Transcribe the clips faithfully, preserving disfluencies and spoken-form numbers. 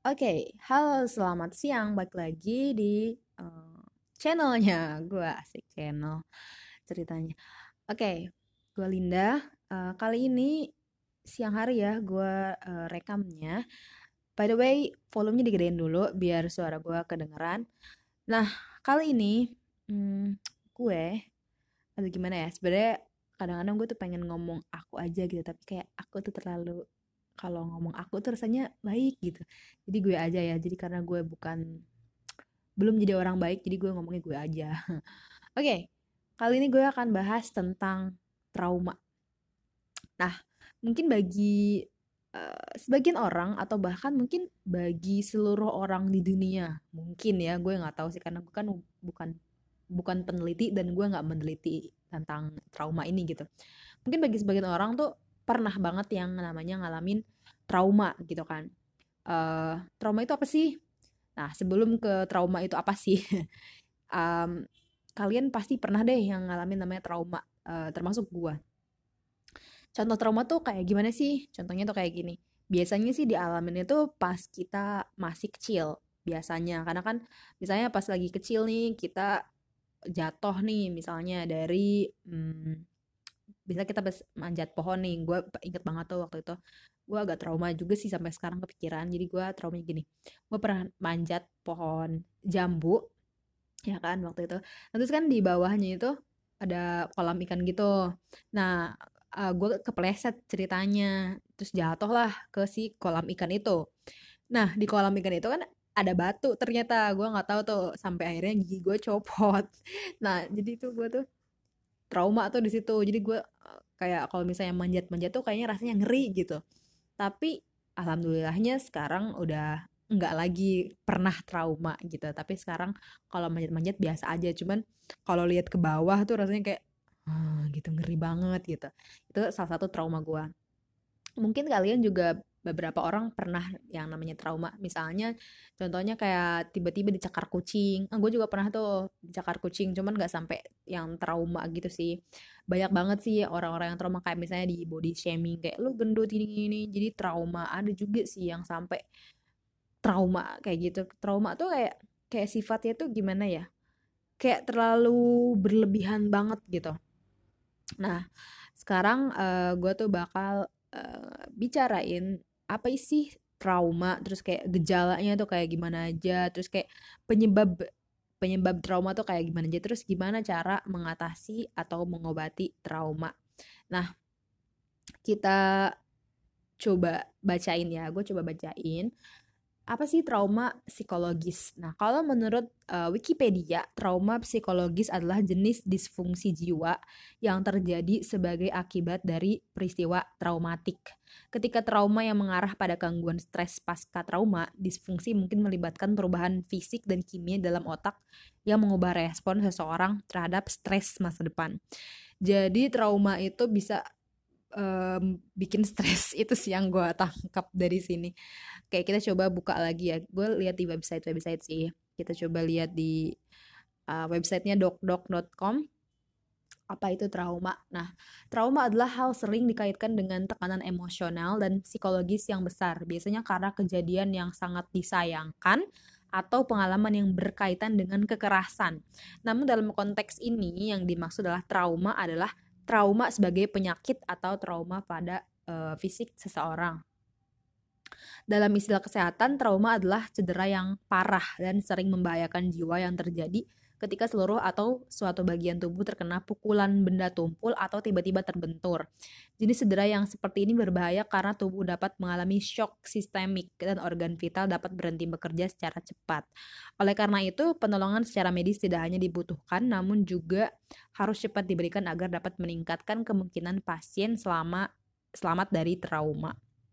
Oke, halo selamat siang, balik lagi di eh, channelnya gue, asik channel ceritanya. Oke, gue Linda. Eh, kali ini siang hari ya, gue eh, rekamnya. By the way, volumenya digedein dulu biar suara gue kedengeran. Nah, kali ini hmm, gue, aduh gimana ya, sebenarnya kadang-kadang gue tuh pengen ngomong aku aja gitu, tapi kayak aku tuh terlalu, kalau ngomong aku tuh rasanya baik gitu, jadi gue aja ya. Jadi karena gue bukan, belum jadi orang baik, jadi gue ngomongnya gue aja. Oke, kali ini gue akan bahas tentang trauma. Nah, mungkin bagi eh, sebagian orang atau bahkan mungkin bagi seluruh orang di dunia, mungkin ya, gue nggak tahu sih karena gue kan bukan bukan peneliti dan gue nggak meneliti tentang trauma ini gitu. Mungkin bagi sebagian orang tuh pernah banget yang namanya ngalamin trauma gitu kan. Eh, trauma itu apa sih? Nah, sebelum ke trauma itu apa sih? Em, Kalian pasti pernah deh yang ngalamin namanya trauma, eh, termasuk gue. Contoh trauma tuh kayak gimana sih? Contohnya tuh kayak gini. Biasanya sih dialamin itu pas kita masih kecil. Biasanya, karena kan misalnya pas lagi kecil nih kita jatuh nih misalnya dari hmm, bisa kita bes- manjat pohon nih. Gue inget banget tuh waktu itu gue agak trauma juga sih sampai sekarang kepikiran. Jadi gue traumanya gini, gue pernah manjat pohon jambu ya kan waktu itu. Nah, terus kan di bawahnya itu ada kolam ikan gitu. Nah, gue kepleset ceritanya, terus jatuh lah ke si kolam ikan itu. Nah, di kolam ikan itu kan ada batu ternyata. Gue nggak tahu tuh sampai akhirnya gigi gue copot. Nah, jadi tuh gue tuh trauma tuh di situ. Jadi gue eh, kayak kalau misalnya manjat-manjat tuh kayaknya rasanya ngeri gitu. Tapi alhamdulillahnya sekarang udah nggak lagi pernah trauma gitu. Tapi sekarang kalau manjat-manjat biasa aja. Cuman kalau lihat ke bawah tuh rasanya kayak "Ah," gitu, ngeri banget gitu. Itu salah satu trauma gue. Mungkin kalian juga beberapa orang pernah yang namanya trauma. Misalnya contohnya kayak tiba-tiba dicakar kucing. Ah, gue juga pernah tuh dicakar kucing, cuman nggak sampai yang trauma gitu sih. Banyak banget sih orang-orang yang trauma kayak misalnya di body shaming kayak lu gendut ini ini. Jadi trauma. Ada juga sih yang sampai trauma kayak gitu. Trauma tuh kayak kayak sifatnya tuh gimana ya? Kayak terlalu berlebihan banget gitu. Nah, sekarang eh, gue tuh bakal eh, bicarain apa sih trauma, terus kayak gejalanya tuh kayak gimana aja, terus kayak penyebab penyebab trauma tuh kayak gimana aja, terus gimana cara mengatasi atau mengobati trauma. Nah, kita coba bacain ya, gue coba bacain apa sih trauma psikologis? Nah, kalau menurut uh, Wikipedia, trauma psikologis adalah jenis disfungsi jiwa yang terjadi sebagai akibat dari peristiwa traumatik. Ketika trauma yang mengarah pada gangguan stres pasca trauma, disfungsi mungkin melibatkan perubahan fisik dan kimia dalam otak yang mengubah respon seseorang terhadap stres masa depan. Jadi trauma itu bisa em, bikin stres. Itu sih yang gue tangkap dari sini. Kayak kita coba buka lagi ya. Gue lihat di website-website sih. Kita coba lihat di uh, websitenya dokdoc dot com. Apa itu trauma? Nah, trauma adalah hal sering dikaitkan dengan tekanan emosional dan psikologis yang besar. Biasanya karena kejadian yang sangat disayangkan atau pengalaman yang berkaitan dengan kekerasan. Namun dalam konteks ini yang dimaksud adalah trauma adalah trauma sebagai penyakit atau trauma pada uh, fisik seseorang. Dalam istilah kesehatan, trauma adalah cedera yang parah dan sering membahayakan jiwa yang terjadi ketika seluruh atau suatu bagian tubuh terkena pukulan benda tumpul atau tiba-tiba terbentur. Jenis cedera yang seperti ini berbahaya karena tubuh dapat mengalami shock sistemik dan organ vital dapat berhenti bekerja secara cepat. Oleh karena itu, penolongan secara medis tidak hanya dibutuhkan, namun juga harus cepat diberikan agar dapat meningkatkan kemungkinan pasien selama selamat dari trauma.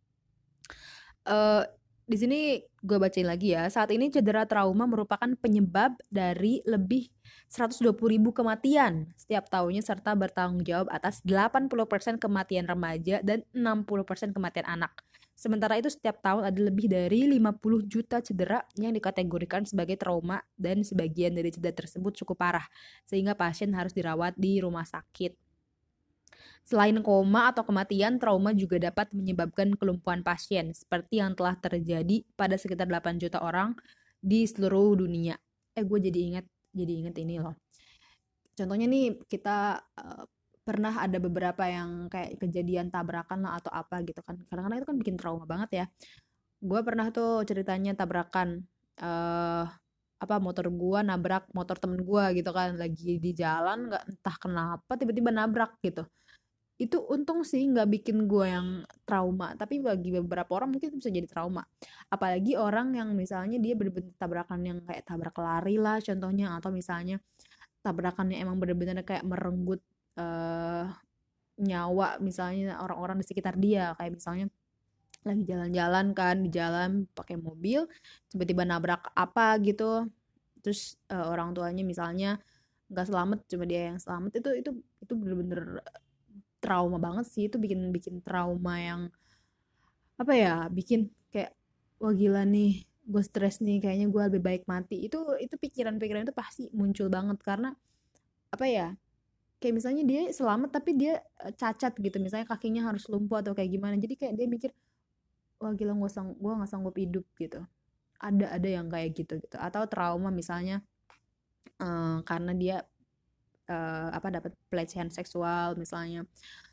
Eh, di sini gue bacain lagi ya. Saat ini cedera trauma merupakan penyebab dari lebih seratus dua puluh ribu kematian setiap tahunnya serta bertanggung jawab atas delapan puluh persen kematian remaja dan enam puluh persen kematian anak. Sementara itu setiap tahun ada lebih dari lima puluh juta cedera yang dikategorikan sebagai trauma dan sebagian dari cedera tersebut cukup parah sehingga pasien harus dirawat di rumah sakit. Selain koma atau kematian, trauma juga dapat menyebabkan kelumpuhan pasien, seperti yang telah terjadi pada sekitar delapan juta orang di seluruh dunia. Eh, gue jadi ingat, jadi ingat ini loh. Contohnya nih, kita uh, pernah ada beberapa yang kayak kejadian tabrakan lah atau apa gitu kan. Kadang-kadang itu kan bikin trauma banget ya. Gue pernah tuh ceritanya tabrakan, eh apa motor gue nabrak motor temen gue gitu kan, lagi di jalan nggak entah kenapa tiba-tiba nabrak gitu. Itu untung sih nggak bikin gue yang trauma, tapi bagi beberapa orang mungkin itu bisa jadi trauma. Apalagi orang yang misalnya dia bener-bener tabrakan yang kayak tabrak lari lah contohnya, atau misalnya tabrakannya emang bener-bener kayak merenggut eh nyawa misalnya orang-orang di sekitar dia, kayak misalnya lagi jalan-jalan kan di jalan pakai mobil tiba-tiba nabrak apa gitu, terus eh, orang tuanya misalnya nggak selamat cuma dia yang selamat, itu itu itu bener-bener trauma banget sih. Itu bikin bikin trauma yang apa ya, bikin kayak wah gila nih gue stres nih, kayaknya gue lebih baik mati. Itu itu pikiran-pikiran itu pasti muncul banget karena apa ya, kayak misalnya dia selamat tapi dia eh, cacat gitu, misalnya kakinya harus lumpuh atau kayak gimana, jadi kayak dia mikir wah gila gue sang gue nggak sanggup hidup gitu. Ada ada yang kayak gitu gitu, atau trauma misalnya eh, karena dia eh, apa dapat pelecehan seksual misalnya,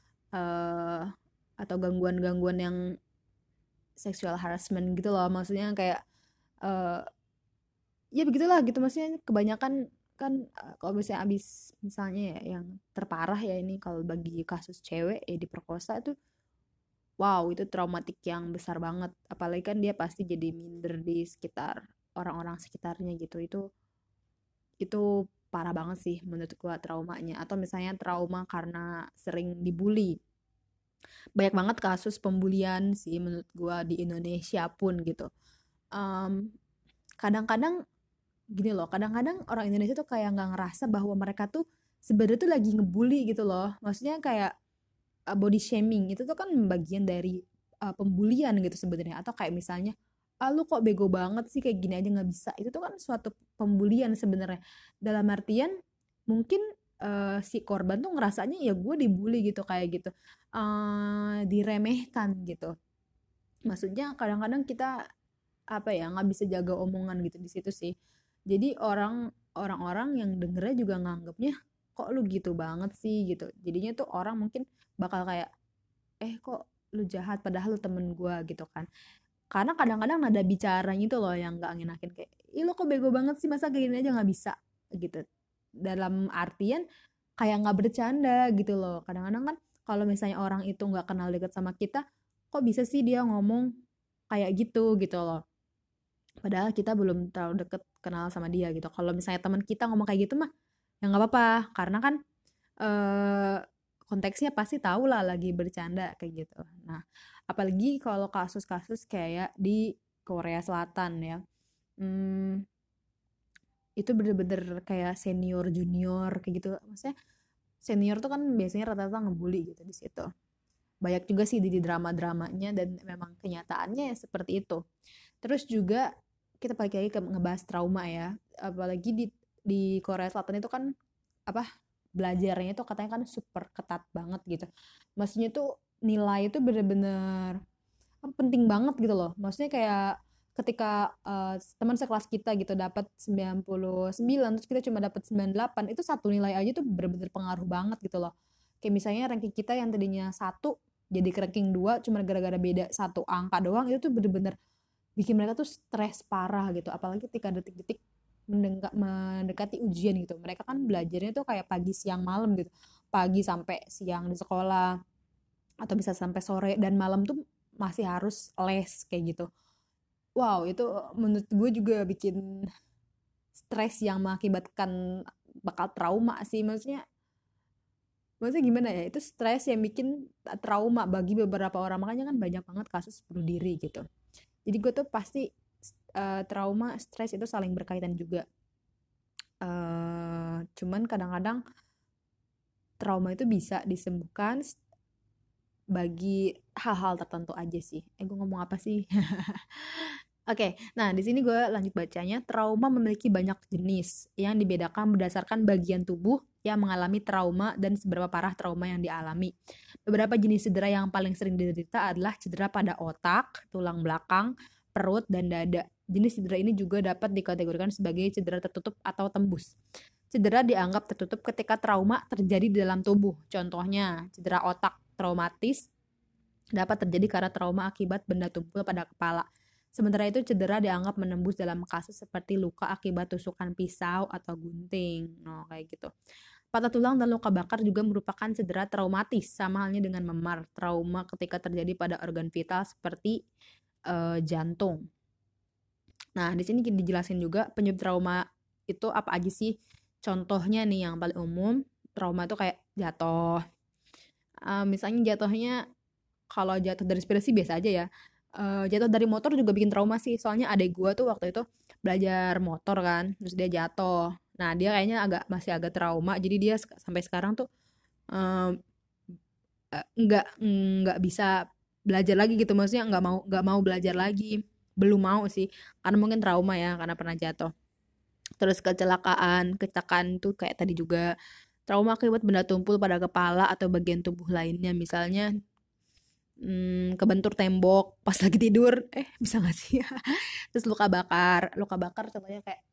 eh atau gangguan-gangguan yang sexual harassment gitu loh, maksudnya kayak eh ya begitulah gitu, maksudnya kebanyakan kan eh, kalau misalnya abis misalnya ya yang terparah ya ini kalau bagi kasus cewek ya diperkosa itu, wow itu traumatik yang besar banget, apalagi kan dia pasti jadi minder di sekitar orang-orang sekitarnya gitu. Itu itu parah banget sih menurut gua traumanya. Atau misalnya trauma karena sering dibully, banyak banget kasus pembulian sih menurut gua di Indonesia pun gitu. Em, kadang-kadang gini loh, kadang-kadang orang Indonesia tuh kayak nggak ngerasa bahwa mereka tuh sebenarnya tuh lagi ngebully gitu loh, maksudnya kayak uh, body shaming itu tuh kan bagian dari uh, pembulian gitu sebenarnya. Atau kayak misalnya ah lu kok bego banget sih kayak gini aja nggak bisa, itu tuh kan suatu pembulian sebenarnya. Dalam artian mungkin uh, si korban tuh ngerasanya ya gue dibully gitu, kayak gitu, uh, diremehkan gitu. Maksudnya kadang-kadang kita apa ya nggak bisa jaga omongan gitu di situ sih. Jadi orang orang-orang yang dengernya juga nganggapnya kok lu gitu banget sih gitu, jadinya tuh orang mungkin bakal kayak eh kok lu jahat padahal lu temen gua gitu kan. Karena kadang-kadang nada bicaranya itu loh yang nggak ngenakin, kayak ih lu kok bego banget sih masa kayak gini aja nggak bisa gitu, dalam artian kayak nggak bercanda gitu loh. Kadang-kadang kan kalau misalnya orang itu nggak kenal deket sama kita, kok bisa sih dia ngomong kayak gitu gitu loh, padahal kita belum terlalu deket kenal sama dia gitu. Kalau misalnya teman kita ngomong kayak gitu mah ya nggak apa-apa, karena kan eh, konteksnya pasti tahu lah lagi bercanda kayak gitu. Nah, apalagi kalau kasus-kasus kayak di Korea Selatan ya, hmm, itu bener-bener kayak senior junior kayak gitu. Maksudnya senior tuh kan biasanya rata-rata ngebully gitu di situ. Banyak juga sih di drama-dramanya dan memang kenyataannya ya seperti itu. Terus juga kita balik lagi ke ngebahas trauma ya, apalagi di di Korea Selatan itu kan apa, belajarnya itu katanya kan super ketat banget gitu. Maksudnya tuh nilai itu bener-bener apa, penting banget gitu loh. Maksudnya kayak ketika eh, teman sekelas kita gitu dapat sembilan puluh sembilan terus kita cuma dapat sembilan puluh delapan, itu satu nilai aja tuh bener-bener pengaruh banget gitu loh. Kayak misalnya ranking kita yang tadinya satu jadi ke ranking dua cuma gara-gara beda satu angka doang, itu tuh bener-bener bikin mereka tuh stres parah gitu. Apalagi ketika detik-detik mendeka- mendekati ujian gitu, mereka kan belajarnya tuh kayak pagi siang malam gitu, pagi sampai siang di sekolah atau bisa sampai sore, dan malam tuh masih harus les kayak gitu. Wow itu menurut gue juga bikin stres yang mengakibatkan bakal trauma sih. Maksudnya maksudnya gimana ya, itu stres yang bikin trauma bagi beberapa orang, makanya kan banyak banget kasus bunuh diri gitu. Jadi gue tuh pasti eh, trauma stres itu saling berkaitan juga. Eh, cuman kadang-kadang trauma itu bisa disembuhkan bagi hal-hal tertentu aja sih. Eh gue ngomong apa sih? Oke, nah di sini gue lanjut bacanya. Trauma memiliki banyak jenis yang dibedakan berdasarkan bagian tubuh yang mengalami trauma dan seberapa parah trauma yang dialami. Beberapa jenis cedera yang paling sering diderita adalah cedera pada otak, tulang belakang, perut, dan dada. Jenis cedera ini juga dapat dikategorikan sebagai cedera tertutup atau tembus. Cedera dianggap tertutup ketika trauma terjadi di dalam tubuh. Contohnya, cedera otak traumatis dapat terjadi karena trauma akibat benda tumpul pada kepala. Sementara itu cedera dianggap menembus dalam kasus seperti luka akibat tusukan pisau atau gunting. No, kayak gitu. Patah tulang dan luka bakar juga merupakan cedera traumatis, sama halnya dengan memar. Trauma ketika terjadi pada organ vital seperti uh, jantung. Nah, di sini dijelasin juga penyebab trauma itu apa aja sih? Contohnya nih yang paling umum, trauma itu kayak jatuh. Uh, misalnya jatuhnya, kalau jatuh dari sepeda sih biasa aja ya. Uh, jatuh dari motor juga bikin trauma sih, soalnya adek gue tuh waktu itu belajar motor kan, terus dia jatuh. Nah dia kayaknya agak masih agak trauma, jadi dia sampai sekarang tuh um, nggak nggak bisa belajar lagi gitu, maksudnya nggak mau nggak mau belajar lagi, belum mau sih, karena mungkin trauma ya, karena pernah jatuh. Terus kecelakaan, kecelakaan tuh kayak tadi juga trauma akibat benda tumpul pada kepala atau bagian tubuh lainnya, misalnya Hmm, kebentur tembok pas lagi tidur, eh bisa gak sih? Terus luka bakar, luka bakar contohnya kayak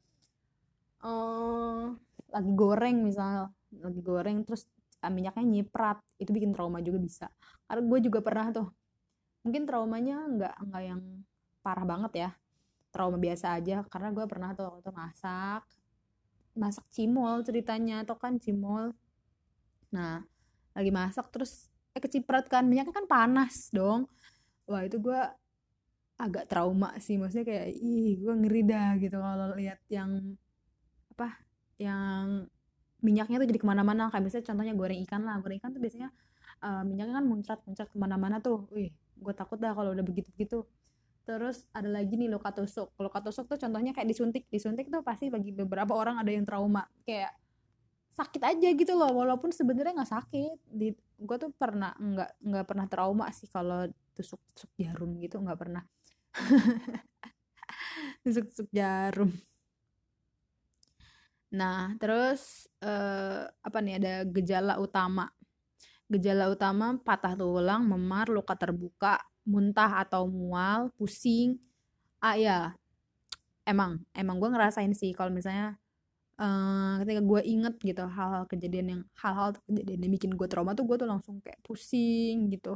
oh, lagi goreng misal, lagi goreng terus minyaknya nyiprat, itu bikin trauma juga bisa. Karena gue juga pernah tuh, mungkin traumanya nggak nggak yang parah banget ya, trauma biasa aja, karena gue pernah tuh waktu itu masak, masak cimol ceritanya, atau kan cimol. Nah, lagi masak terus eh keciprat kan, minyaknya kan panas dong. Wah itu gue agak trauma sih, maksudnya kayak ih gue ngeri dah gitu kalau lihat yang apa, yang minyaknya tuh jadi kemana-mana. Kayak misalnya contohnya goreng ikan lah, goreng ikan tuh biasanya uh, minyaknya kan muncrat-muncrat kemana-mana tuh. Wih gue takut dah kalau udah begitu-begitu. Terus ada lagi nih luka tusuk. Luka tusuk tuh contohnya kayak disuntik. Disuntik tuh pasti bagi beberapa orang ada yang trauma, kayak sakit aja gitu loh, walaupun sebenarnya nggak sakit. Di gue tuh pernah nggak nggak pernah trauma sih kalau tusuk tusuk jarum gitu, nggak pernah. tusuk tusuk jarum. Nah terus eh, apa nih, ada gejala utama. Gejala utama patah tulang, memar, luka terbuka, muntah atau mual, pusing. Ah ya, emang emang gue ngerasain sih kalau misalnya uh, ketika gue inget gitu hal-hal kejadian yang hal-hal kejadian yang bikin gue trauma tuh, gue tuh langsung kayak pusing gitu.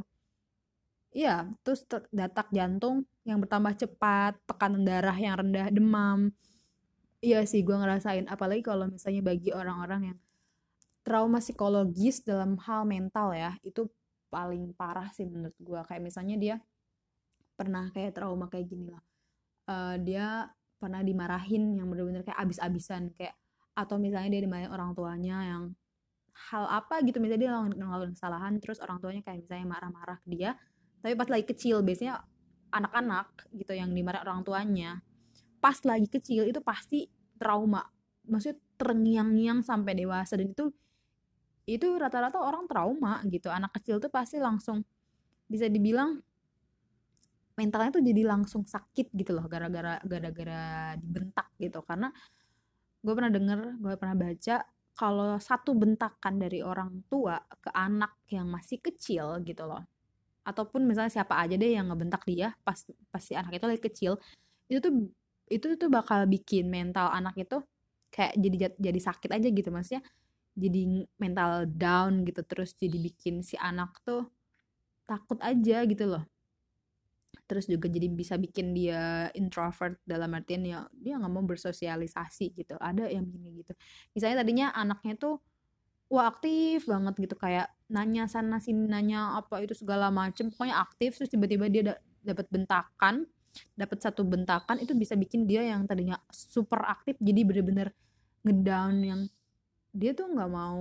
Iya, terus detak jantung yang bertambah cepat, tekanan darah yang rendah, demam. Iya sih, gue ngerasain. Apalagi kalau misalnya bagi orang-orang yang trauma psikologis dalam hal mental ya, itu paling parah sih menurut gue. Kayak misalnya dia pernah kayak trauma kayak gini lah. Uh, dia pernah dimarahin yang bener-bener kayak abis-abisan, kayak atau misalnya dia dimarahin orang tuanya yang hal apa gitu, misalnya dia ngelakuin kesalahan terus orang tuanya kayak misalnya marah-marah ke dia, tapi pas lagi kecil, biasanya anak-anak gitu yang dimarahin orang tuanya pas lagi kecil itu pasti trauma, maksudnya terngiang-ngiang sampai dewasa. Dan itu itu rata-rata orang trauma gitu, anak kecil tuh pasti langsung bisa dibilang mentalnya tuh jadi langsung sakit gitu loh, gara-gara gara-gara dibentak gitu. Karena gue pernah denger, gue pernah baca kalau satu bentakan dari orang tua ke anak yang masih kecil gitu loh, ataupun misalnya siapa aja deh yang ngebentak dia pas pas si anak itu lagi kecil, itu tuh itu tuh bakal bikin mental anak itu kayak jadi jadi sakit aja gitu, maksudnya jadi mental down gitu, terus jadi bikin si anak tuh takut aja gitu loh. Terus juga jadi bisa bikin dia introvert, dalam artian ya dia nggak mau bersosialisasi gitu, ada yang gini gitu. Misalnya tadinya anaknya tuh wah aktif banget gitu, kayak nanya sana sini, nanya apa itu segala macem, pokoknya aktif, terus tiba-tiba dia da- dapat bentakan, dapat satu bentakan itu bisa bikin dia yang tadinya super aktif jadi bener-bener ngedown, yang dia tuh nggak mau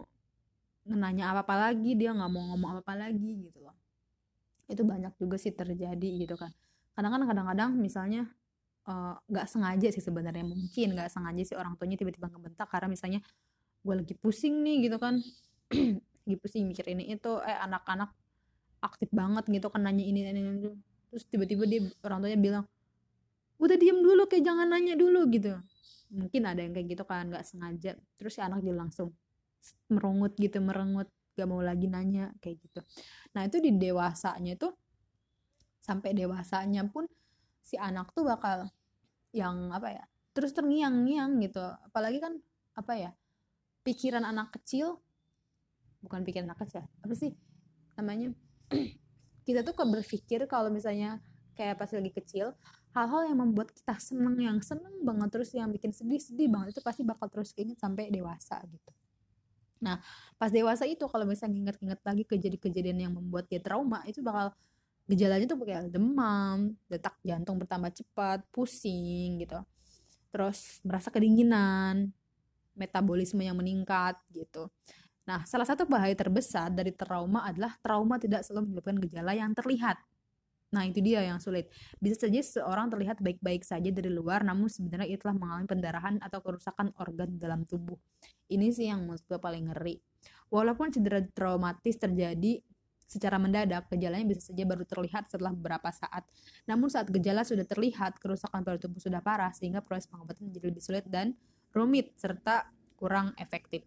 nanya apa-apa lagi, dia nggak mau ngomong apa-apa lagi gitu loh. Itu banyak juga sih terjadi gitu kan. Kadang kan kadang-kadang misalnya nggak uh, sengaja sih sebenarnya, mungkin nggak sengaja sih orang tuanya tiba-tiba ngebentak karena misalnya gue lagi pusing nih gitu kan, lagi pusing mikir ini itu, eh anak-anak aktif banget gitu kan, nanya ini ini ini, terus tiba-tiba dia orang tuanya bilang udah diem dulu, kayak jangan nanya dulu gitu. Mungkin ada yang kayak gitu kan, nggak sengaja, terus si anak dia langsung merungut gitu, merengut, gak mau lagi nanya kayak gitu. Nah itu di dewasanya tuh, sampai dewasanya pun si anak tuh bakal yang apa ya, terus terngiang-ngiang gitu. Apalagi kan apa ya, pikiran anak kecil, bukan pikiran anak kecil, apa sih namanya, kita tuh kok berpikir kalau misalnya kayak pas lagi kecil, hal-hal yang membuat kita seneng, yang seneng banget, terus yang bikin sedih-sedih banget, itu pasti bakal terus keinget sampai dewasa gitu. Nah pas dewasa itu kalau misalnya inget-inget lagi kejadian-kejadian yang membuat dia trauma, itu bakal gejalanya tuh kayak demam, detak jantung bertambah cepat, pusing gitu, terus merasa kedinginan, metabolisme yang meningkat gitu. Nah, salah satu bahaya terbesar dari trauma adalah trauma tidak selalu menyebabkan gejala yang terlihat. Nah, itu dia yang sulit. Bisa saja seseorang terlihat baik-baik saja dari luar, namun sebenarnya ia telah mengalami pendarahan atau kerusakan organ dalam tubuh. Ini sih yang menurut gue paling ngeri. Walaupun cedera traumatis terjadi secara mendadak, gejalanya bisa saja baru terlihat setelah beberapa saat. Namun saat gejala sudah terlihat, kerusakan pada tubuh sudah parah, sehingga proses pengobatan menjadi lebih sulit dan rumit, serta kurang efektif.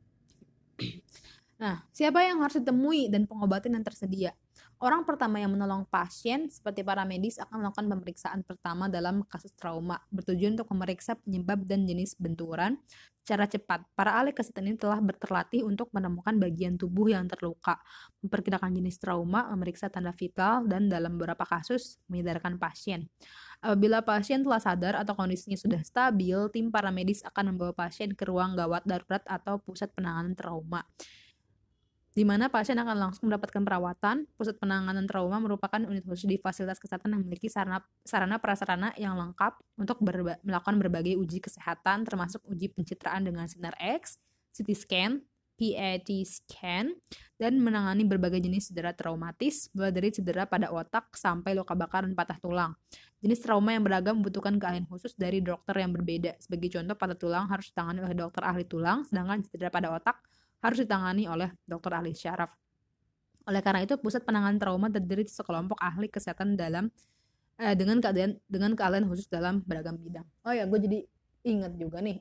Nah, siapa yang harus ditemui dan pengobatan yang tersedia? Orang pertama yang menolong pasien seperti para medis akan melakukan pemeriksaan pertama dalam kasus trauma, bertujuan untuk memeriksa penyebab dan jenis benturan secara cepat. Para ahli kesehatan ini telah terlatih untuk menemukan bagian tubuh yang terluka, memperkirakan jenis trauma, memeriksa tanda vital, dan dalam beberapa kasus menyadarkan pasien. Apabila pasien telah sadar atau kondisinya sudah stabil, tim para medis akan membawa pasien ke ruang gawat darurat atau pusat penanganan trauma, di mana pasien akan langsung mendapatkan perawatan. Pusat penanganan trauma merupakan unit khusus di fasilitas kesehatan yang memiliki sarana, sarana prasarana yang lengkap untuk berba, melakukan berbagai uji kesehatan, termasuk uji pencitraan dengan sinar X, C T scan, P E T scan, dan menangani berbagai jenis cedera traumatis, mulai dari cedera pada otak sampai luka bakar dan patah tulang. Jenis trauma yang beragam membutuhkan keahlian khusus dari dokter yang berbeda. Sebagai contoh, patah tulang harus ditangani oleh dokter ahli tulang, sedangkan cedera pada otak harus ditangani oleh dokter ahli syaraf. Oleh karena itu, pusat penanganan trauma terdiri sekelompok ahli kesehatan dalam eh, dengan keadaan dengan keahlian khusus dalam beragam bidang. Oh ya, gue jadi ingat juga nih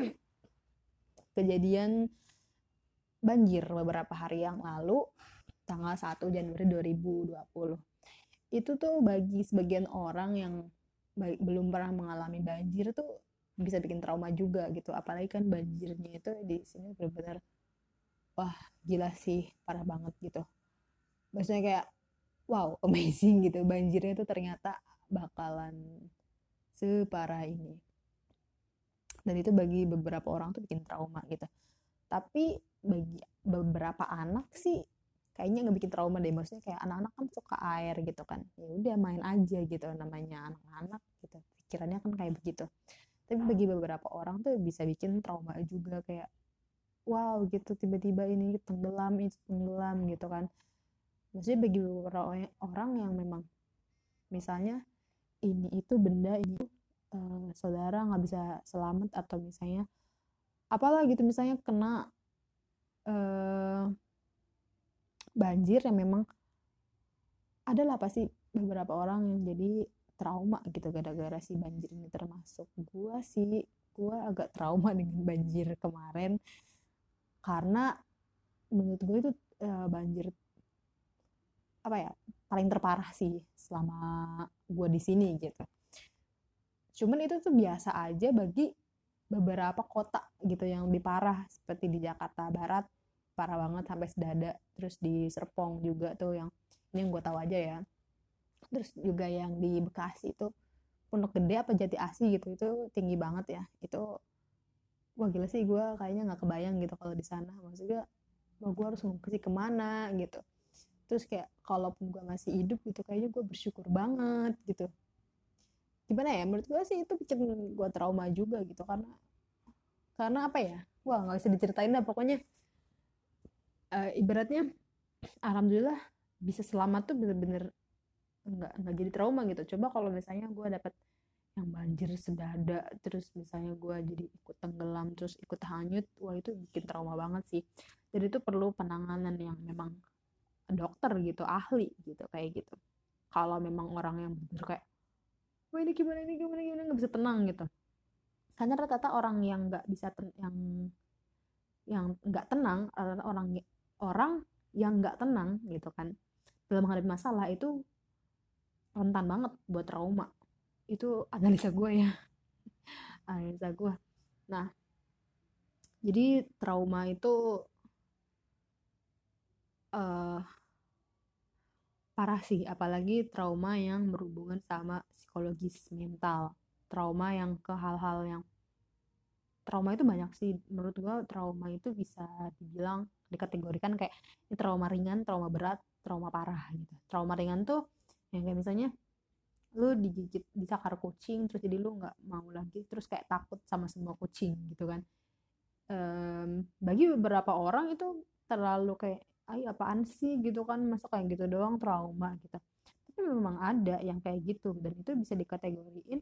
kejadian banjir beberapa hari yang lalu, tanggal satu Januari dua ribu dua puluh. Itu tuh bagi sebagian orang yang baik, belum pernah mengalami banjir tuh bisa bikin trauma juga gitu. Apalagi kan banjirnya itu di sini benar-benar wah gila sih, parah banget gitu. Maksudnya kayak wow, amazing gitu, banjirnya tuh ternyata bakalan separah ini. Dan itu bagi beberapa orang tuh bikin trauma gitu. Tapi bagi beberapa anak sih kayaknya nggak bikin trauma deh. Maksudnya kayak anak-anak kan suka air gitu kan, ya udah main aja gitu, namanya anak-anak gitu, pikirannya kan kayak begitu. Tapi bagi beberapa orang tuh bisa bikin trauma juga, kayak wow gitu, tiba-tiba ini tenggelam, itu tenggelam gitu kan. Maksudnya bagi beberapa orang yang memang misalnya ini itu benda ini uh, saudara nggak bisa selamat, atau misalnya apalah gitu, misalnya kena uh, banjir yang memang adalah pasti beberapa orang yang jadi trauma gitu gara-gara si banjir ini. Termasuk gue sih, gue agak trauma dengan banjir kemarin, karena menurut gue itu uh, banjir apa ya, paling terparah sih selama gue di sini gitu. Cuman itu tuh biasa aja bagi beberapa kota gitu yang lebih parah, seperti di Jakarta Barat parah banget sampai sedada, terus di Serpong juga tuh, yang ini yang gue tahu aja ya. Terus juga yang di Bekasi itu Pondok Gede apa Jati Asih gitu, itu tinggi banget ya. Itu wah gila sih, gue kayaknya nggak kebayang gitu kalau di sana. Maksudnya wah gue harus ngungsi kemana gitu. Terus kayak kalaupun gue masih hidup gitu, kayaknya gue bersyukur banget gitu. Gimana ya, menurut gue sih itu bikin gue trauma juga gitu, karena karena apa ya, wah nggak bisa diceritain dah pokoknya. Uh, ibaratnya alhamdulillah bisa selamat tuh bener-bener nggak nggak jadi trauma gitu. Coba kalau misalnya gue dapet yang banjir sedada, terus misalnya gue jadi ikut tenggelam, terus ikut hanyut, wah itu bikin trauma banget sih. Jadi itu perlu penanganan yang memang dokter gitu, ahli gitu, kayak gitu. Kalau memang orang yang bener kayak wah ini gimana ini gimana gimana, nggak bisa tenang gitu. Karena rata-rata orang yang nggak bisa ten- yang yang nggak tenang, orang orang yang nggak tenang gitu kan dalam menghadapi masalah itu rentan banget buat trauma. Itu analisa gue ya, analisa gue. Nah, jadi trauma itu uh, parah sih, apalagi trauma yang berhubungan sama psikologis mental. Trauma yang ke hal-hal yang trauma itu banyak sih. Menurut gue trauma itu bisa dibilang dikategorikan kayak ini trauma ringan, trauma berat, trauma parah gitu. Trauma ringan tuh yang kayak misalnya lu digigit dicakar kucing terus jadi lu nggak mau lagi terus kayak takut sama semua kucing gitu kan. Um, bagi beberapa orang itu terlalu kayak ay apaan sih gitu kan, masa kayak gitu doang trauma gitu. Tapi memang ada yang kayak gitu dan itu bisa dikategoriin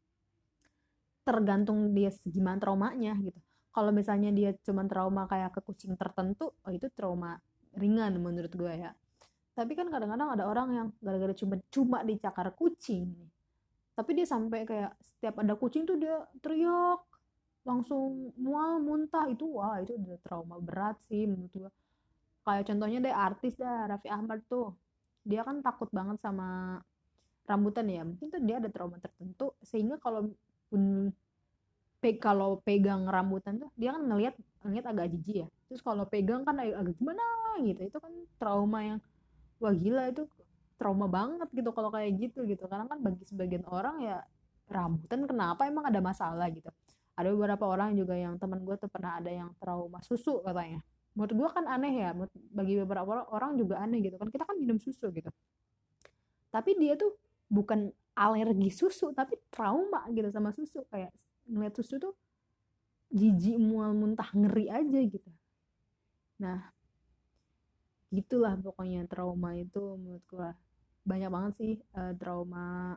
tergantung dia gimana traumanya gitu. Kalau misalnya dia cuma trauma kayak ke kucing tertentu, oh itu trauma ringan menurut gue ya. Tapi kan kadang-kadang ada orang yang gara-gara cuma cuma dicakar kucing, tapi dia sampai kayak setiap ada kucing tuh dia teriak, langsung mual muntah, itu wah itu udah trauma berat sih menurut gue. Kayak contohnya deh artis dah Raffi Ahmad tuh, dia kan takut banget sama rambutan ya, mungkin tuh dia ada trauma tertentu sehingga kalau pun pe kalau pegang rambutan tuh dia kan ngelihat ngelihat agak jijik ya, terus kalau pegang kan agak, agak gimana gitu, itu kan trauma yang wah gila itu trauma banget gitu kalau kayak gitu gitu, karena kan bagi sebagian orang ya rambutan kenapa emang ada masalah gitu. Ada beberapa orang juga yang teman gue tuh pernah ada yang trauma susu katanya. Menurut gue kan aneh ya, bagi beberapa orang juga aneh gitu kan, kita kan minum susu gitu, tapi dia tuh bukan alergi susu tapi trauma gitu sama susu, kayak ngeliat susu tuh jijik mual muntah ngeri aja gitu. Nah gitulah pokoknya trauma itu menurut gue banyak banget sih, uh, trauma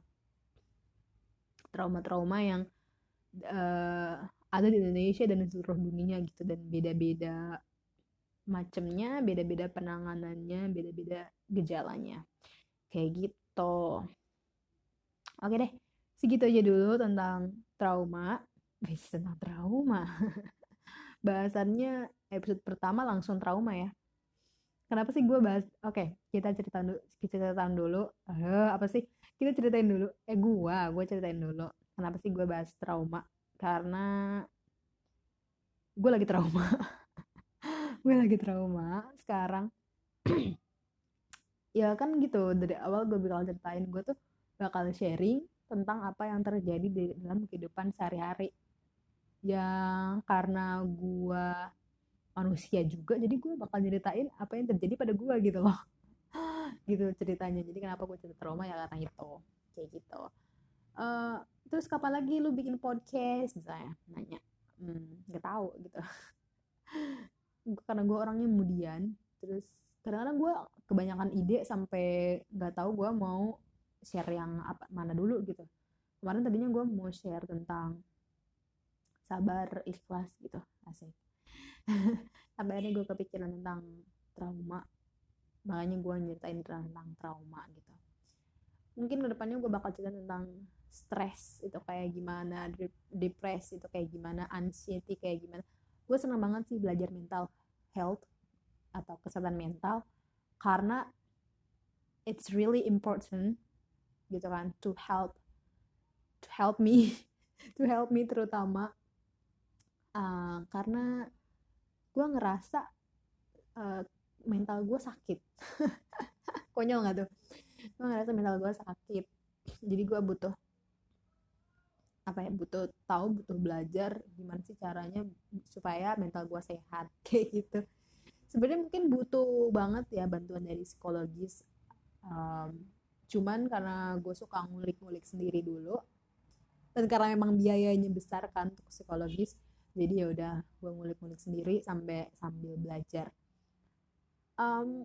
trauma-trauma yang uh, ada di Indonesia dan di seluruh dunia gitu, dan beda-beda macamnya, beda-beda penanganannya, beda-beda gejalanya kayak gitu. Oke deh, segitu aja dulu tentang trauma. Bis tentang trauma. Bahasannya episode pertama langsung trauma ya. Kenapa sih gue bahas? Oke, kita ceritain dulu. Kita ceritain dulu. Eh, apa sih? Kita ceritain dulu. Eh, gue, gue ceritain dulu. Kenapa sih gue bahas trauma? Karena gue lagi trauma. gue lagi trauma sekarang. Ya kan gitu. Dari awal gue bakal ceritain, gue tuh bakal sharing tentang apa yang terjadi di dalam kehidupan sehari-hari. Yang karena gue manusia juga, jadi gue bakal ceritain apa yang terjadi pada gue gitu loh. Gitu ceritanya. Jadi kenapa gue cerita trauma ya karena itu kayak gitu. Uh, terus kapan lagi lu bikin podcast misalnya, nanya, hmm, nggak tahu gitu. Karena gue orangnya kemudian, terus kadang-kadang gue kebanyakan ide sampai nggak tahu gue mau share yang apa mana dulu gitu. Kemarin tadinya gue mau share tentang sabar ikhlas gitu, asik. Sampai akhirnya gue kepikiran tentang trauma, makanya gue nyeritain tentang trauma gitu. Mungkin kedepannya gue bakal cerita tentang stres itu kayak gimana, depresi itu kayak gimana, anxiety kayak gimana. Gue senang banget sih belajar mental health atau kesehatan mental, karena it's really important gitu kan, to help to help me to help me terutama uh, karena gue ngerasa uh, mental gue sakit. Konyol gak tuh? Gue ngerasa mental gue sakit, jadi gue butuh apa ya, butuh tahu, butuh belajar gimana sih caranya supaya mental gue sehat kayak gitu. Sebenarnya mungkin butuh banget ya bantuan dari psikologis, um, cuman karena gue suka ngulik-ngulik sendiri dulu, dan karena memang biayanya besar kan untuk psikologis, jadi ya udah gue ngulik-ngulik sendiri sampai sambil belajar. Um,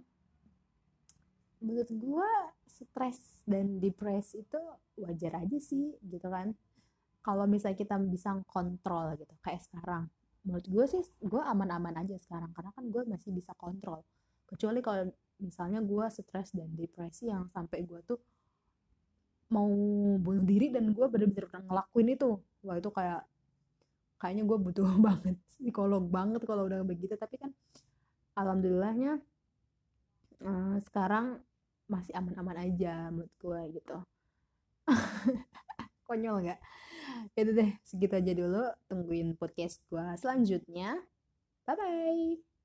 menurut gue stres dan depresi itu wajar aja sih gitu kan, kalau misalnya kita bisa kontrol gitu kayak sekarang. Menurut gue sih gue aman-aman aja sekarang karena kan gue masih bisa kontrol. Kecuali kalau misalnya gue stres dan depresi yang sampai gue tuh mau bunuh diri dan gue bener-bener ngelakuin itu, wah itu kayak kayaknya gue butuh banget psikolog banget kalau udah begitu. Tapi kan alhamdulillahnya uh, sekarang masih aman-aman aja menurut gue gitu. Konyol gak? Itu deh, segitu aja dulu. Tungguin podcast gue selanjutnya. Bye bye.